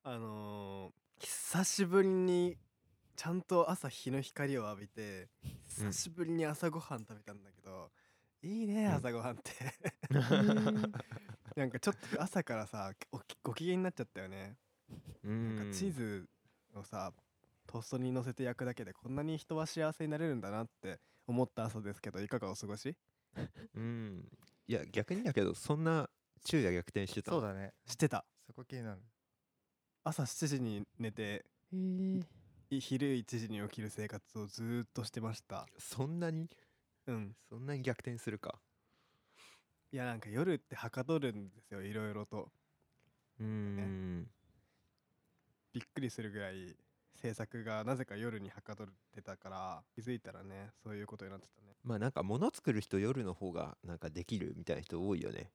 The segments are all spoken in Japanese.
久しぶりにちゃんと朝日の光を浴びて久しぶりに朝ごはん食べたんだけど、いいね朝ごはんってなんかちょっと朝からさご機嫌になっちゃったよね。なんかチーズをさトーストに乗せて焼くだけでこんなに人は幸せになれるんだなって思った朝ですけど、いかがお過ごし？ いや逆にだけど、そんな昼夜逆転してたの？ そうだね。 してた。 そこ気になる。 朝7時に寝て昼1時に起きる生活をずーっとしてました。 そんなに逆転するか。 いやなんか夜ってはかどるんですよ、いろいろと。びっくりするぐらい制作がなぜか夜にはかどってたから、気づいたらねそういうことになってたね。 まあなんか物作る人夜の方がなんかできるみたいな人多いよね。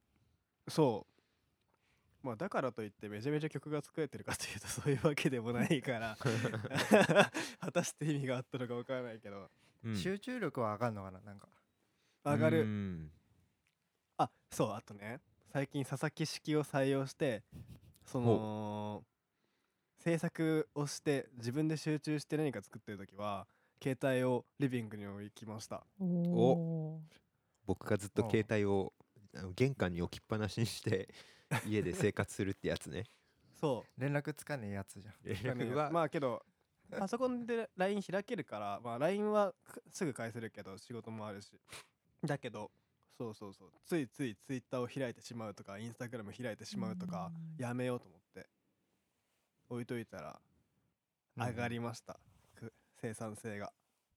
そうまあだからといってめちゃめちゃ曲が作れてるかというとそういうわけでもないから果たして意味があったのか分からないけど、 集中力は上がるのかな、なんか。 上がる。そう、あとね、最近佐々木式を採用して、その制作をして自分で集中して何か作ってる時は携帯をリビングに置きました。 僕がずっと携帯を玄関に置きっぱなしにして家で生活するってやつね。 そう連絡つかねえやつじゃん。 連絡はまあけどパソコンで LINE 開けるから、まあ LINE はすぐ返せるけど仕事もあるし、だけどそうついつい Twitter を開いてしまうとか Instagram 開いてしまうとかやめようと思って置いといたら上がりました、生産性が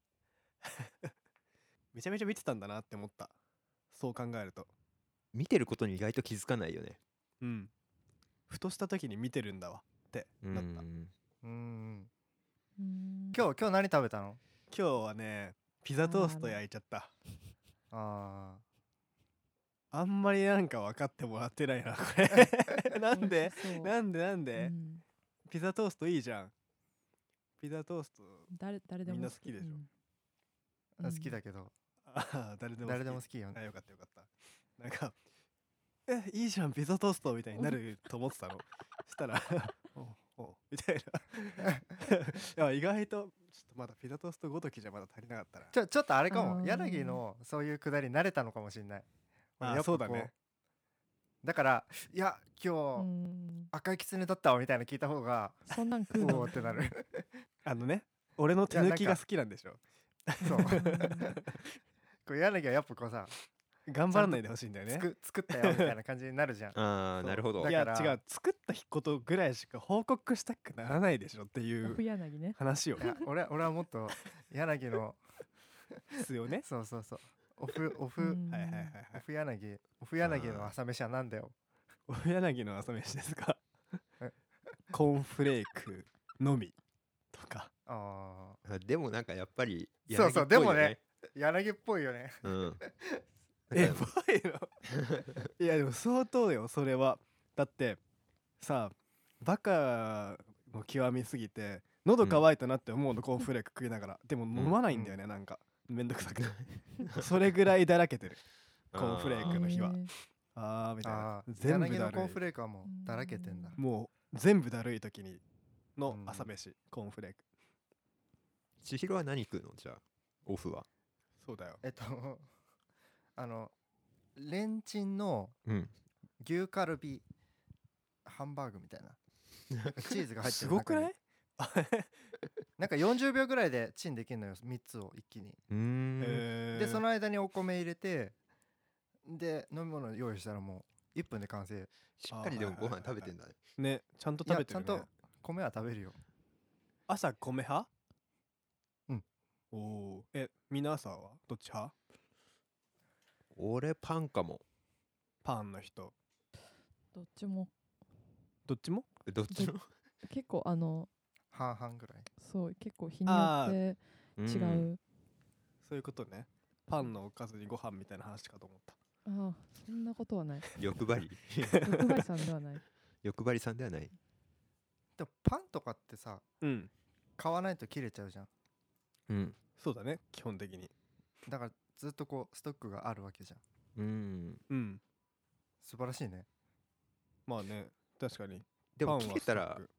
めちゃめちゃ見てたんだなって思った。そう考えると見てることに意外と気づかないよね。 ふとした時に見てるんだわってなった。 今日何食べたの？ 今日はねピザトースト焼いちゃった。あんまりなんか分かってもらってないなこれなんでピザトーストいいじゃん。ピザトースト誰でもみんな好きでしょ。 好きだけど誰でも好きよね。 よかったよかった。なんかいいじゃんピザトーストみたいになると思ってたのしたらおみたいないや意外とちょっとまだピザトーストごときじゃまだ足りなかったな。 ちょっとあれかも。柳のそういうくだり慣れたのかもしれない。 そうだね。 だからいや今日赤いキツネだったわみたいな聞いた方がそんなん食うのってなるね俺の手抜きが好きなんでしょ。 そうこれ柳はやっぱこうさ頑張らないでほしいんだよね。 作ったよみたいな感じになるじゃん。 なるほど。 いや違う、作ったことぐらいしか報告したくならないでしょっていう話を。 俺はもっと柳のですよね。 そうオフ柳の朝飯はなんだよ。 オフ柳の朝飯ですかコーンフレークのみとか。 でもなんかやっぱりそうでもね柳っぽいよね。 ぽいのいやでも相当よそれは。だってさバカの極みすぎて喉乾いたなって思うの、コーンフレーク食いながら。でも飲まないんだよね、なんかめんどくさくてそれぐらいだらけてるコーンフレークの日は。みたいな。 全部だるい。コーンフレークはもうだらけてんだ。 もう全部だるい時にの朝飯、コーンフレーク。 千尋は何食うのじゃあオフは？ そうだよ。 レンチンの牛カルビハンバーグみたいなチーズが入ってる中に。すごくない？なんか40秒ぐらいでチンできるのよ、3つを一気に。でその間にお米入れてで飲み物用意したらもう1分で完成。 しっかりでもご飯食べてんだね。 ね、ちゃんと食べてるね。 ちゃんと米は食べるよ。 朝米派？ おお。皆朝はどっち派？ 俺パンかも。 パンの人。 どっちもどっちの結構半々ぐらい。 そう結構日によって違う。 そういうことね。パンのおかずにご飯みたいな話かと思った。 そんなことはない。 欲張りさんではない。 欲張りさんではない。 でもパンとかってさ、買わないと切れちゃうじゃん。 そうだね、基本的に。 だからずっとこうストックがあるわけじゃん。素晴らしいね。 まあね、確かに。 でも切れたら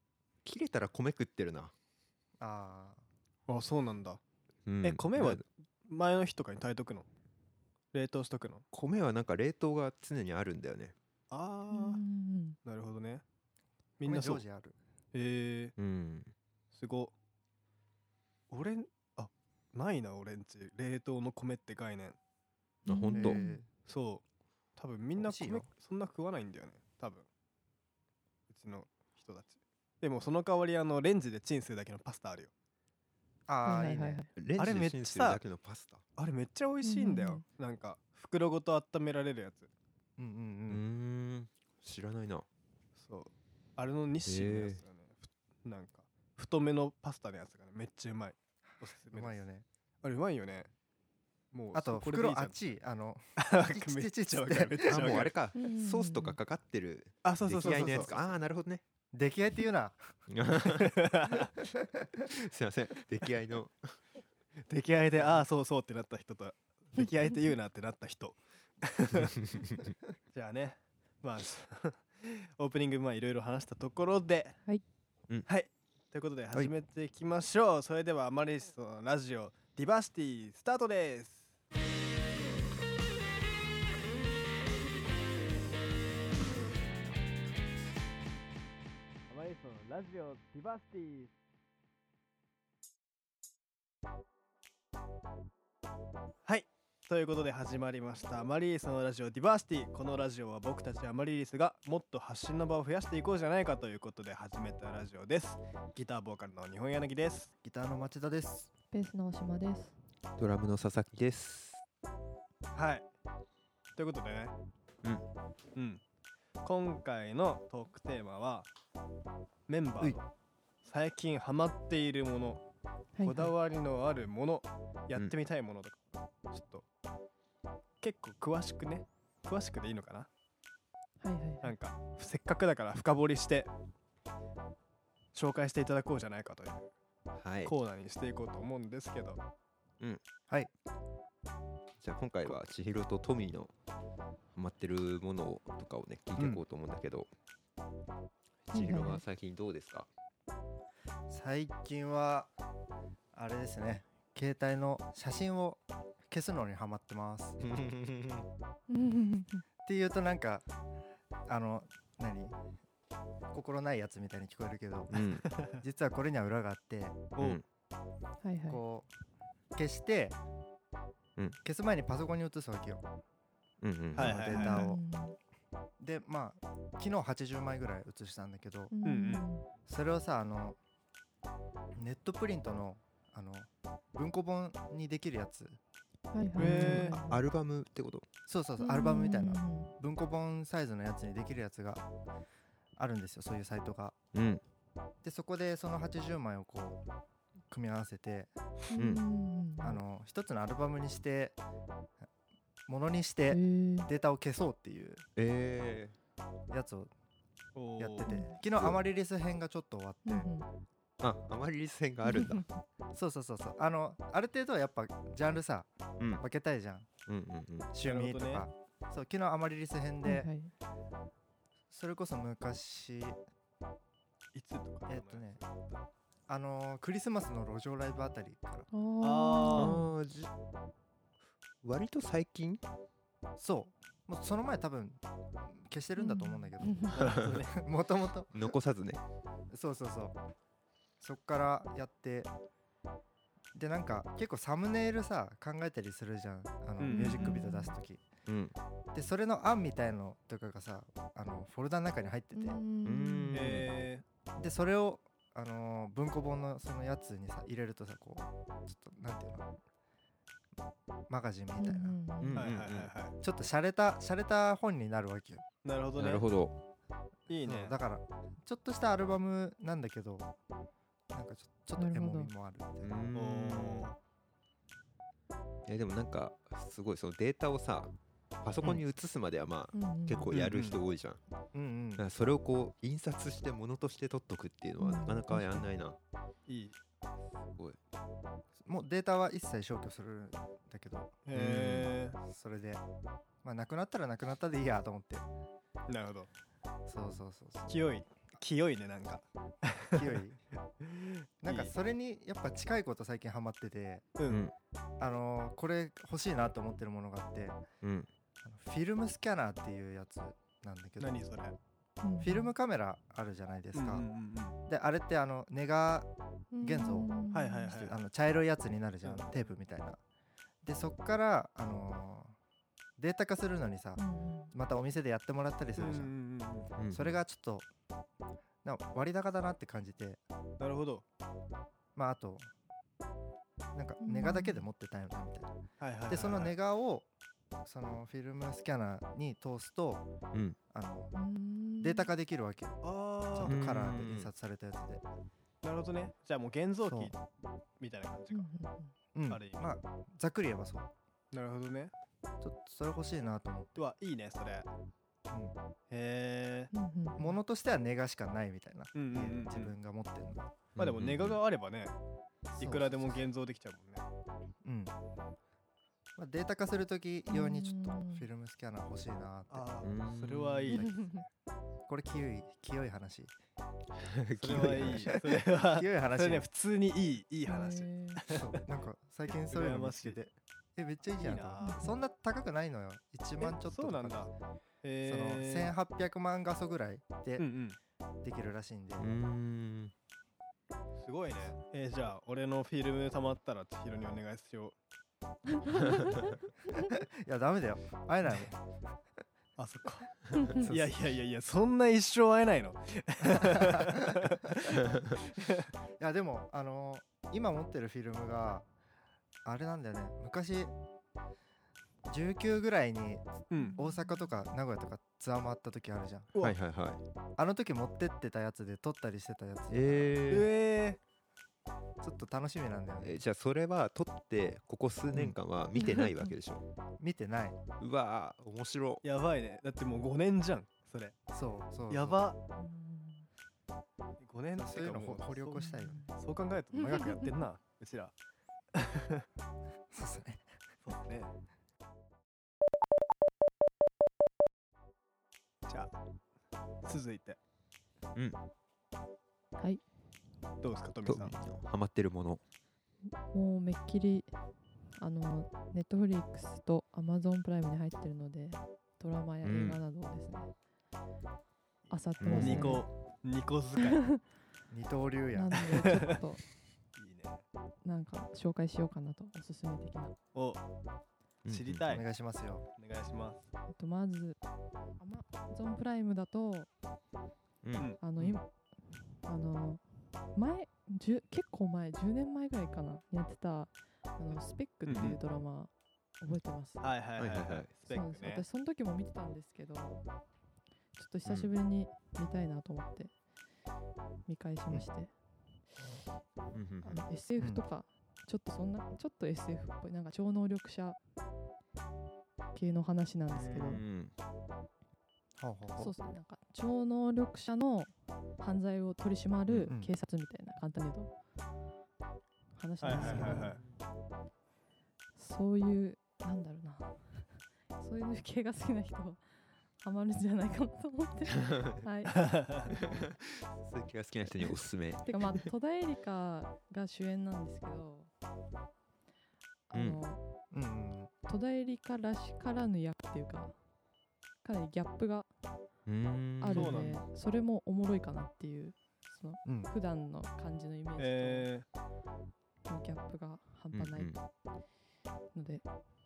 切れたら米食ってるな。 ああ、そうなんだ。 うん米はだ前の日とかに炊いとくの？冷凍しとくの？ 米はなんか冷凍が常にあるんだよね。 あうんあ、なるほどね。 みみんなそう。 常時ある。 うんすご。俺あないな、俺んち冷凍の米って概念。 あほんとそう多分みんな米美味しいよそんな食わないんだよね、多分うちの人たち。でもその代わりレンジでチンするだけのパスタあるよ。 ああ、いいね。 レンジであれめっちゃチンするだけのパスタ。 あれめっちゃ美味しいんだよ、なんか袋ごと温められるやつ。 うんうんううん。 ん知らないな。 そうあれの日清のやつがね、なんか太めのパスタのやつがねめっちゃうまい。おすすめです。 うまいよね。 あれうまいよね。もうあとこれでいいじゃん袋あっちめっちゃわかるめっちゃあわかる。 もうあれかうんソースとかかかってるあ、そうそう出来合いのやつそうそうそうか。ああーなるほどね。 出来合いって言うな。 すいません出来合いの出来合いでああそうそうってなった人と出来合いって言うなってなった人じゃあね、まあオープニングいろいろ話したところではいはいということで始めていきましょう。それではアマリリストのラジオディバーシティスタートです。アマリリストのラジオディバーシティ。はいということで始まりましたアマリリスのラジオディバーシティ。このラジオは僕たちアマリリスがもっと発信の場を増やしていこうじゃないかということで始めたラジオです。ギターボーカルの日本柳です。 ギターの町田です。 ベースの大島です。 ドラムの佐々木です。 はいということでね今回のトークテーマはメンバーの最近ハマっているもの、こだわりのあるもの、やってみたいものとか、ちょっと結構詳しくでいいのかな。なんかせっかくだから深掘りして紹介していただこうじゃないかというはいコーナーにしていこうと思うんですけど、 はい。 じゃあ今回は千尋とトミーのハマってるものとかをね聞いていこうと思うんだけど、千尋は最近どうですか？ 最近はあれですね。携帯の写真を消すのにハマってます。っていうとなんか心ないやつみたいに聞こえるけど、実はこれには裏があって、こう消して、消す前にパソコンに移すわけよ。データを。でまあ昨日80枚ぐらい移したんだけど、それをさネットプリントの文庫本にできるやつ。 アルバムってこと？ そうアルバムみたいな文庫本サイズのやつにできるやつがあるんですよ、そういうサイトが。でそこでその80枚をこう組み合わせて、一つのアルバムにしてものにしてデータを消そうっていうやつをやってて、昨日アマリリス編がちょっと終わって、 アマリリス編があるんだ。 そうある程度はやっぱジャンルさ、分けたいじゃん、趣味とか、そう昨日アマリリス編で、それこそ昔いつとかクリスマスの路上ライブあたりから。 割と最近？ そうもうその前多分消してるんだと思うんだけど、もともと残さずね。 そっからやって、でなんか結構サムネイルさ考えたりするじゃん、ミュージックビデオ出す時、でそれの案みたいのとかがさフォルダの中に入ってて、でそれを文庫本のそのやつにさ入れるとさ、こうちょっとなんていうの、マガジンみたいな、ちょっと洒落た本になるわけよ。 なるほどね。 なるほど。 いいね。 だからちょっとしたアルバムなんだけど、なんかちょっとエモみもあるみたいな。 でもなんかすごいそのデータをさパソコンに移すまではまあ結構やる人多いじゃん。だからそれをこう印刷して物として取っとくっていうのはなかなかやんないな。 いい。 すごい。 もうデータは一切消去するんだけど、それでまあなくなったらなくなったでいいやと思って。 なるほど。 そう清いねなんか。 清いなんかそれにやっぱ近いこと最近ハマってて、これ欲しいなと思ってるものがあって、フィルムスキャナーっていうやつなんだけど、 何それ？ フィルムカメラあるじゃないですか。であれってネガ現像して茶色いやつになるじゃん、テープみたいな。でそっからデータ化するのにさ、またお店でやってもらったりするじゃん。それがちょっと割高だなって感じて。 なるほど。 まああとなんかネガだけで持ってたよなみたいな。でそのネガをそのフィルムスキャナーに通すと、データ化できるわけよ。ちゃんとカラーで印刷されたやつで。 なるほどね。じゃあもう現像機みたいな感じか。 まあざっくり言えばそう。 なるほどね。 ちょっとそれ欲しいなと思って。 いいねそれ。へえ。 ものとしてはネガしかないみたいな。自分が持ってるの。 まあでもネガがあればね、いくらでも現像できちゃうもんね。 まあ、データ化するとき用にちょっとフィルムスキャナー欲しいなって。 それはいい。 これ清い話。 それはいい。それは清い話。 それね普通にいい話。 そうなんか最近そういうの見つけて、めっちゃいいじゃん。そんな高くないのよ。1万ちょっととか。そうなんだ。その1800万画素ぐらいでできるらしいんで。 すごいね。じゃあ俺のフィルム溜まったら千尋にお願いしよう。 いやダメだよ、会えないもん。 あ、そっか。いやそんな一生会えないの。 いやでも今持ってるフィルムがあれなんだよね。昔19ぐらいに大阪とか名古屋とかツアー回った時あるじゃん。 はいはいはい。 あの時持ってってたやつで撮ったりしてたやつ。ちょっと楽しみなんだよね。 じゃあそれは撮ってここ数年間は見てないわけでしょ。 見てない。 うわー面白い。やばいね。だってもう5年じゃんそれ。 そうやば。5年そういうの掘り起こしたいよね。 そう考えると長くやってんなうちら。 そうっすね。 そうね。じゃあ続いて。 はい。 どうですかトミさん。 ハマってるもの。 もうめっきりネットフリックスとアマゾンプライムに入ってるので、ドラマや映画などをですね、あさってますね。 2個使い。 二刀流や。 なのでちょっといいね。なんか紹介しようかなと、おすすめ的な。 お、知りたい。 お願いしますよ。 お願いします。 まずアマゾンプライムだと、結構前、10年前ぐらいかなやってたスペックっていうドラマ、覚えてます？ はい。スペックね。 私その時も見てたんですけど、ちょっと久しぶりに見たいなと思って見返しまして、SF とかちょっと SF っぽい、なんか超能力者系の話なんですけど、そうですね、なんか超能力者の犯罪を取り締まる警察みたいな、簡単に言うと話なんですけど、そういうなんだろうな、そういう系が好きな人はハマるんじゃないかなと思ってはい。 そういう系が好きな人におすすめ。 てかまあ戸田恵梨香が主演なんですけど、戸田恵梨香らしからぬ役っていうか、かなりギャップがあるので、それもおもろいかなっていう、その普段の感じのイメージとのギャップが半端ないので、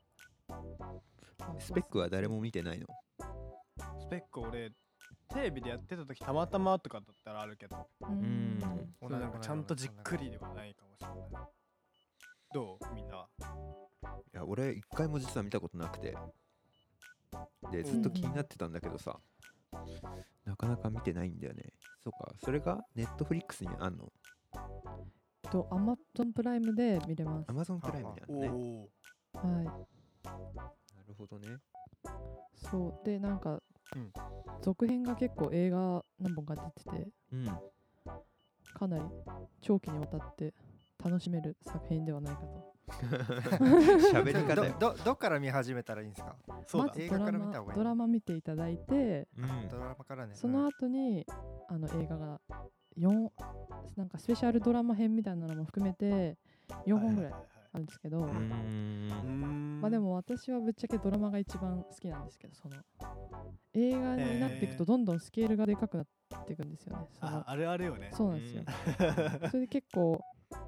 スペックは誰も見てないの？ スペック俺テレビでやってた時たまたまとかだったらあるけど、なんかちゃんとじっくりではないかもしれない。どうみんな？ いや俺一回も実は見たことなくて、でずっと気になってたんだけどさ、なかなか見てないんだよね。そうか、それがネットフリックスにあんの？ アマゾンプライムで見れます。 アマゾンプライムにあるね。 はい。なるほどね。 そうで、なんか、続編が結構映画何本か出てて、かなり長期にわたって楽しめる作品ではないかと。 喋り方よ。 どっから見始めたらいいんですか？ まずドラマ見ていただいて、 ドラマからね。 その後に映画が4 なんかスペシャルドラマ編みたいなのも含めて4本ぐらいあるんですけど、まあでも私はぶっちゃけドラマが一番好きなんですけど、その映画になっていくとどんどんスケールがでかくなっていくんですよね。 あるあるよね。 そうなんですよ。それで結構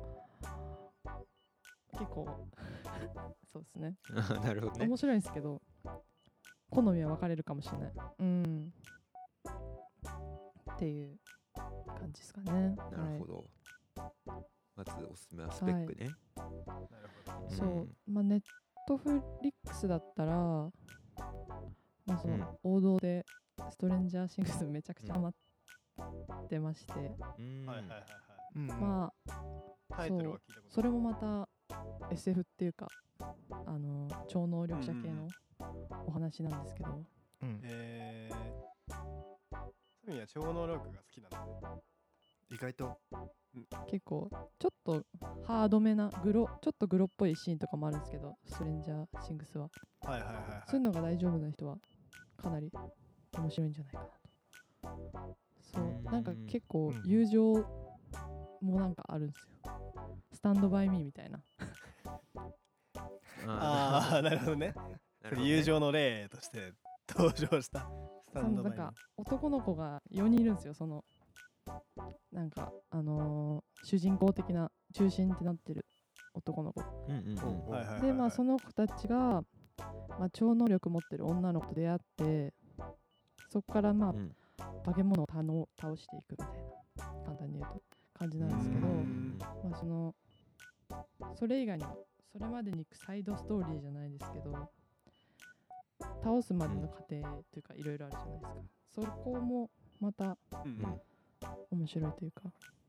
そうですね。 なるほどね。 面白いんですけど、好みは分かれるかもしれない。っていう感じですかね。 なるほど。まずおすすめはスペックね。 そう、まあネットフリックスだったら、まあその王道でストレンジャーシングスめちゃくちゃハマってまして、まあタイトルは聞いたことそれもまた SF っていうか超能力者系のお話なんですけど、 そういう意味は超能力が好きなんだね。 意外と結構ちょっとハードめなちょっとグロっぽいシーンとかもあるんですけど、ストレンジャーシングスはそういうのが大丈夫な人はかなり面白いんじゃないかなと。そうなんか結構友情もなんかあるんですよ。スタンドバイミーみたいな。 なるほどね。友情の例として登場したスタンドバイミー。 なんか男の子が4人いるんですよ。そのなんか主人公的な中心ってなってる男の子で、まあその子たちが、まあ、超能力持ってる女の子と出会って、そこからまあ、化け物を倒していくみたいな、簡単に言うと感じなんですけど、まあそれ以外にもそれまでに行くサイドストーリーじゃないですけど、倒すまでの過程というかいろいろあるじゃないですか。そこもまた面白いというか。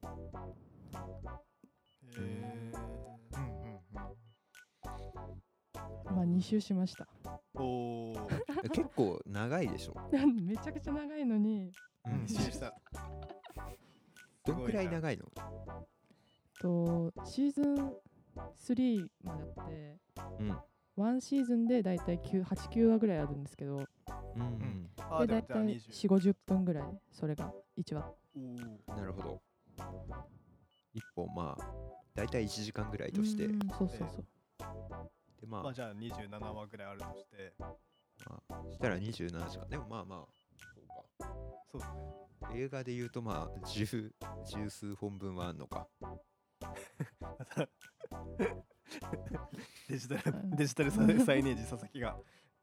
まあ2周しました。 結構長いでしょ。 めちゃくちゃ長いのに 2周した。 どんくらい長いの？ シーズン3まであって、1シーズンでだいたい8、9話ぐらいあるんですけど、でだいたい4、50分ぐらい、それが1話。 なるほど。1本まあだいたい1時間ぐらいとして、 そうそうそう。 でまあじゃあ27話ぐらいあるとして、 したら27時間。でもまあそうか。 そうですね。 映画で言うとまあ十数本分はあんのか。 デジタルサイネージ佐々木が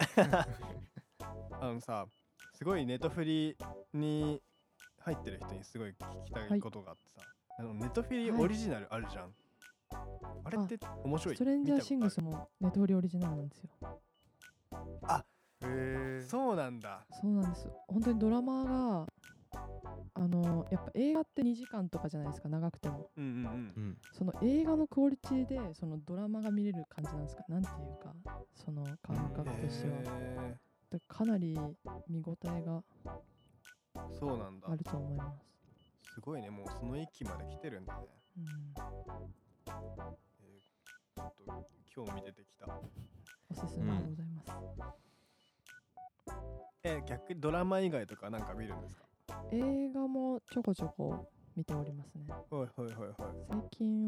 さ、すごいネトフリに入ってる人にすごい聞きたいことがあってさ、ネトフリオリジナルあるじゃん、あれって面白い？ ストレンジャーシングスもネトフリオリジナルなんですよ。 そうなんだ。 そうなんです。本当にドラマがやっぱ映画って2時間とかじゃないですか、長くても。その映画のクオリティでそのドラマが見れる感じなんですか、なんていうか、その感覚としては。かなり見応えがそうなんだ。 あると思います。 すごいね、もうその域まで来てるんだね。ちょっと興味出てきた。 おすすめでございます。 逆にドラマ以外とかなんか見るんですか？ 映画もちょこちょこ見ておりますね。最近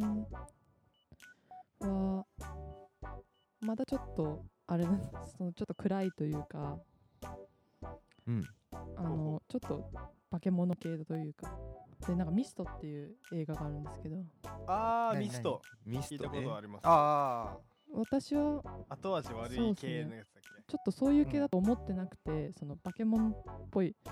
はまだちょっとあれそのちょっと暗いというか、ちょっと化け物系というかで、なんかミストっていう映画があるんですけど。 ミスト聞いたことあります。 私は後味悪い系のやつだっけ？ ちょっとそういう系だと思ってなくて、その化け物っぽい。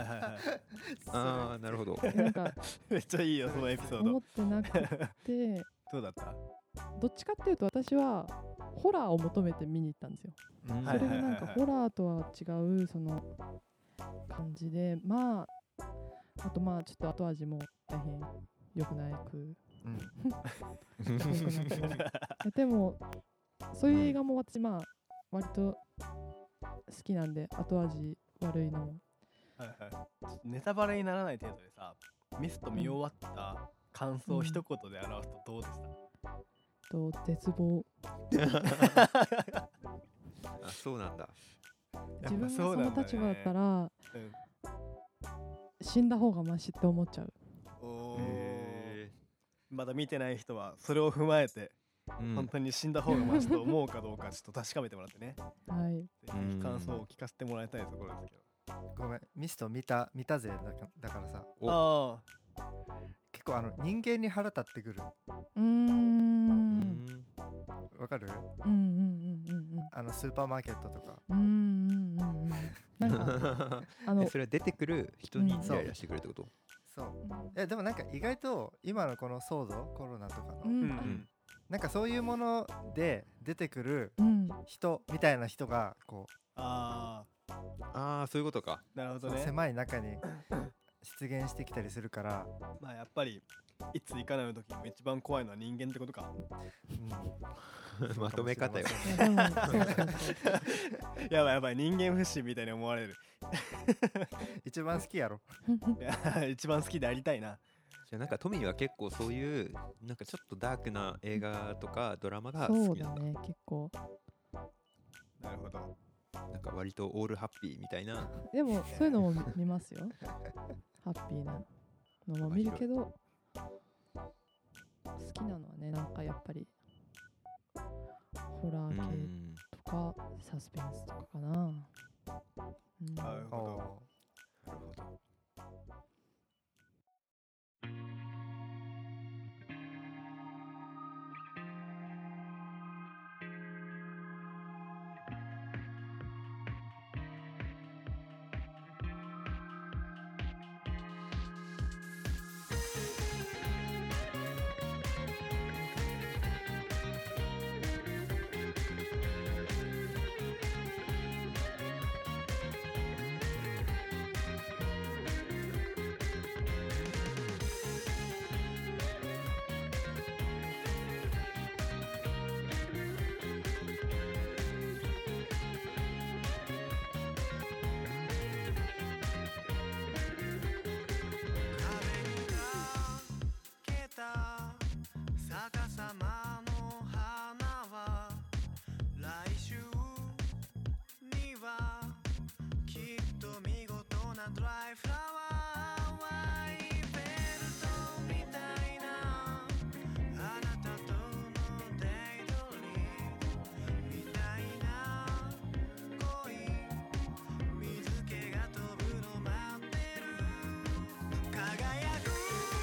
なるほど。 なんかめっちゃいいよそのエピソード。 思ってなくてどうだった？ どっちかっていうと私はホラーを求めて見に行ったんですよ。それがなんかホラーとは違うその感じで、まああとまあちょっと後味も大変良くないくでもそういう映画も私まあ割と好きなんで、後味悪いのも。 ネタバレにならない程度でさ、ミスト見終わった感想を一言で表すとどうでした？ 絶望。 そうなんだ。 自分がその立場だったら、死んだ方がマシって思っちゃう。 まだ見てない人はそれを踏まえて、本当に死んだ方がマシと思うかどうかちょっと確かめてもらってね。 はい。 ぜひ感想を聞かせてもらいたいところですけど。 ごめん、ミスト見たぜだからさ。 ああ。 結構人間に腹立ってくる。わかる？スーパーマーケットとか。 なんかそれは出てくる人にイライラしてくるってこと？ そう。でもなんか意外と今のこの騒動、コロナとかの、なんかそういうもので出てくる人みたいな人がこう、 ああ、そういうことか。 なるほどね。 狭い中に出現してきたりするから、 まあやっぱりいつ行かない時も一番怖いのは人間ってことか。 まとめ方よ。 やばい人間不信みたいに思われる。 一番好きやろ。 一番好きでありたいな。 じゃあなんかトミーは結構そういうなんかちょっとダークな映画とかドラマが好きなんだ。 そうだね、結構。 なるほど。 なんか割とオールハッピーみたいな。 でもそういうのも見ますよ。ハッピーなのも見るけど、好きなのはね、なんかやっぱりホラー系とかサスペンスとかかな。 なるほど。なるほど。 逆さまの花は来週にはきっと見事なドライフラワーワインベルトみたいなあなたとのデートにみたいな恋水気が飛ぶの待ってる輝く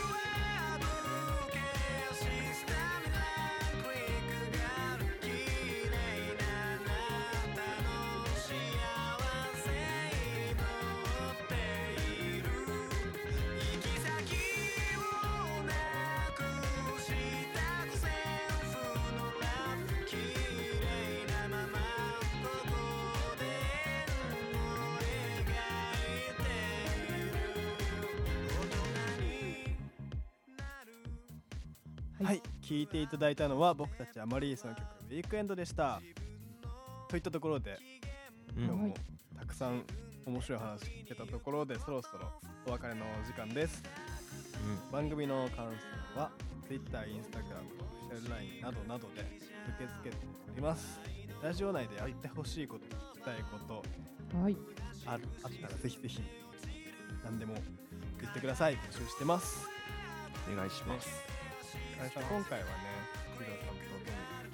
はい、聴いていただいたのは僕たちアマリリスの曲「ウィークエンド」でした。といったところで、今日もたくさん面白い話聞けたところでそろそろお別れの時間です。番組の感想は Twitter、Instagram、オフィシャル LINE などなどで受け付けております。ラジオ内でやってほしいこと、聞きたいこと、あったらぜひぜひ何でも言ってください。募集してます。 お願いします。 今回はね、ヒロさんと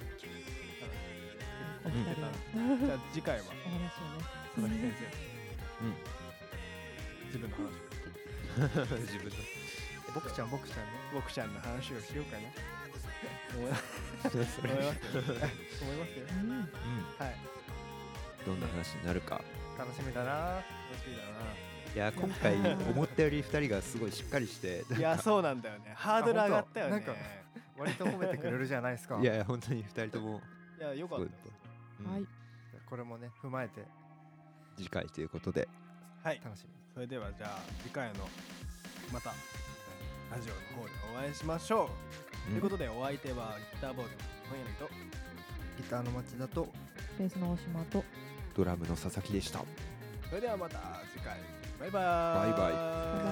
お二人じゃあ次回はお話をね、 佐々木先生、自分の話自分の僕ちゃんね、 僕ちゃんの話をしようかな思いますよ。はい。 どんな話になるか楽しみだな。 いや今回思ったより2人がすごいしっかりしていやそうなんだよね。ハードル上がったよね。 なんか割と褒めてくれるじゃないですか。 いや本当に2人ともいやよかった。 はい。 これもね踏まえて次回ということで、 はい。 楽しみ。 それではじゃあ次回のまたラジオの方でお会いしましょう。ということでお相手はギターボールの本屋とギターの町田とベースの大島とドラムの佐々木でした。 それではまた次回バイバイ。 バイバイ。